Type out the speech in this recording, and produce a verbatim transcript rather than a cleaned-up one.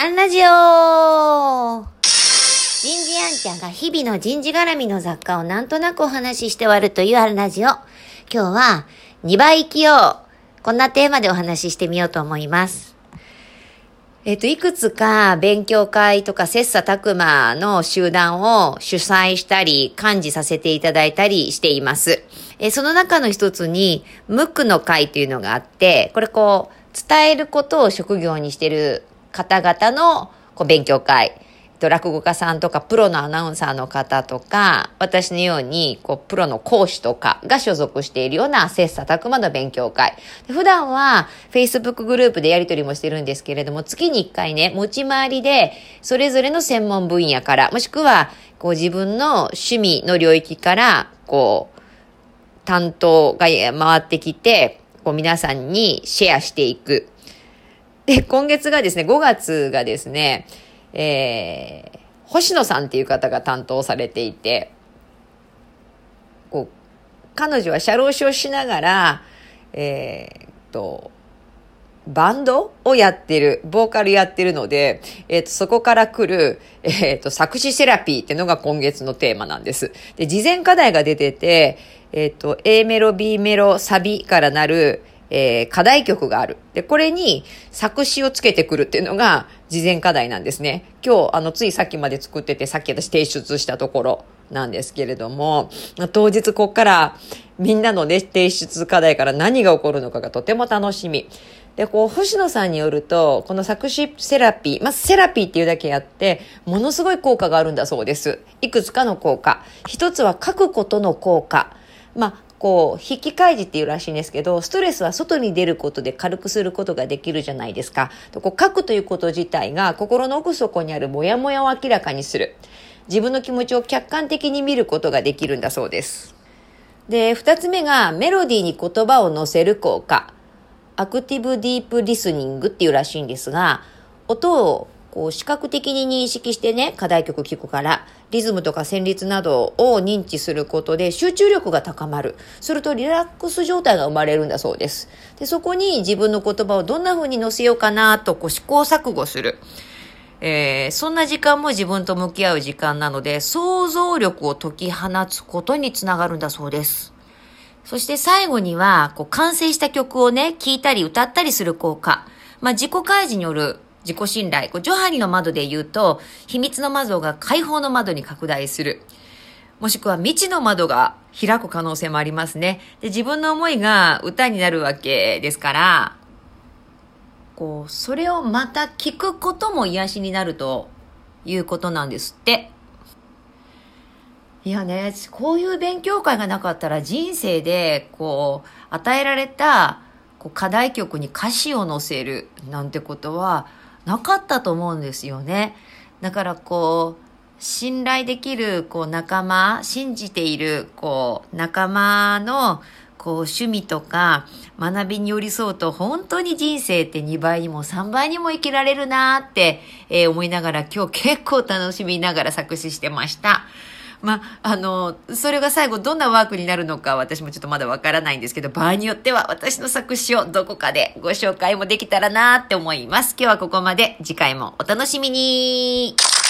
アンラジオ人事アンちゃんが日々の人事絡みの雑貨をなんとなくお話しして終わるというアンラジオ。今日はにばい生きよう。こんなテーマでお話ししてみようと思います。えっと、いくつか勉強会とか切磋琢磨の集団を主催したり、幹事させていただいたりしています。えその中の一つに、ムックの会というのがあって、これこう、伝えることを職業にしている方々のこう勉強会。落語家さんとかプロのアナウンサーの方とか、私のようにこうプロの講師とかが所属しているような切磋琢磨の勉強会。普段は Facebook グループでやり取りもしてるんですけれども、月にいっかいね、持ち回りでそれぞれの専門分野から、もしくはこう自分の趣味の領域からこう担当が回ってきて、こう皆さんにシェアしていく。で、今月がですね、ごがつがですね、えー、星野さんっていう方が担当されていて、こう彼女は社労士をしながら、えー、っとバンドをやってる、ボーカルやってるので、えー、っとそこから来る、えー、っと作詞セラピーっていうのが今月のテーマなんです。で、事前課題が出てて、えー、っと A メロ、B メロ、サビからなるえー、課題曲がある。で、これに作詞をつけてくるっていうのが事前課題なんですね。今日、あの、ついさっきまで作ってて、さっき私提出したところなんですけれども、当日こっからみんなのね、提出課題から何が起こるのかがとても楽しみ。で、こう、星野さんによると、この作詞セラピー、まあ、セラピーっていうだけあって、ものすごい効果があるんだそうです。いくつかの効果。一つは書くことの効果。まあ、こう、引き開示っていうらしいんですけど、ストレスは外に出ることで軽くすることができるじゃないですか。こう書くということ自体が心の奥底にあるモヤモヤを明らかにする。自分の気持ちを客観的に見ることができるんだそうです。で、二つ目がメロディーに言葉を乗せる効果。アクティブディープリスニングっていうらしいんですが、音をこう視覚的に認識してね、課題曲聴くから、リズムとか旋律などを認知することで集中力が高まる。するとリラックス状態が生まれるんだそうです。で、そこに自分の言葉をどんな風に乗せようかなとこう試行錯誤する。えー、そんな時間も自分と向き合う時間なので、想像力を解き放つことにつながるんだそうです。そして最後には、こう完成した曲をね、聴いたり歌ったりする効果。まあ、自己開示による自己信頼。こうジョハリの窓で言うと、秘密の窓が解放の窓に拡大する。もしくは未知の窓が開く可能性もありますね。で、自分の思いが歌になるわけですから、こう、それをまた聞くことも癒しになるということなんですって。いやね、こういう勉強会がなかったら人生で、こう、与えられたこう課題曲に歌詞を載せるなんてことは、なかったと思うんですよね。だからこう信頼できるこう仲間、信じているこう仲間のこう趣味とか学びに寄り添うと、本当に人生ってにばいにもさんばいにも生きられるなって、えー、思いながら、今日結構楽しみながら作詞してました。まあ、あの、それが最後どんなワークになるのか私もちょっとまだわからないんですけど、場合によっては私の作詞をどこかでご紹介もできたらなって思います。今日はここまで。次回もお楽しみに。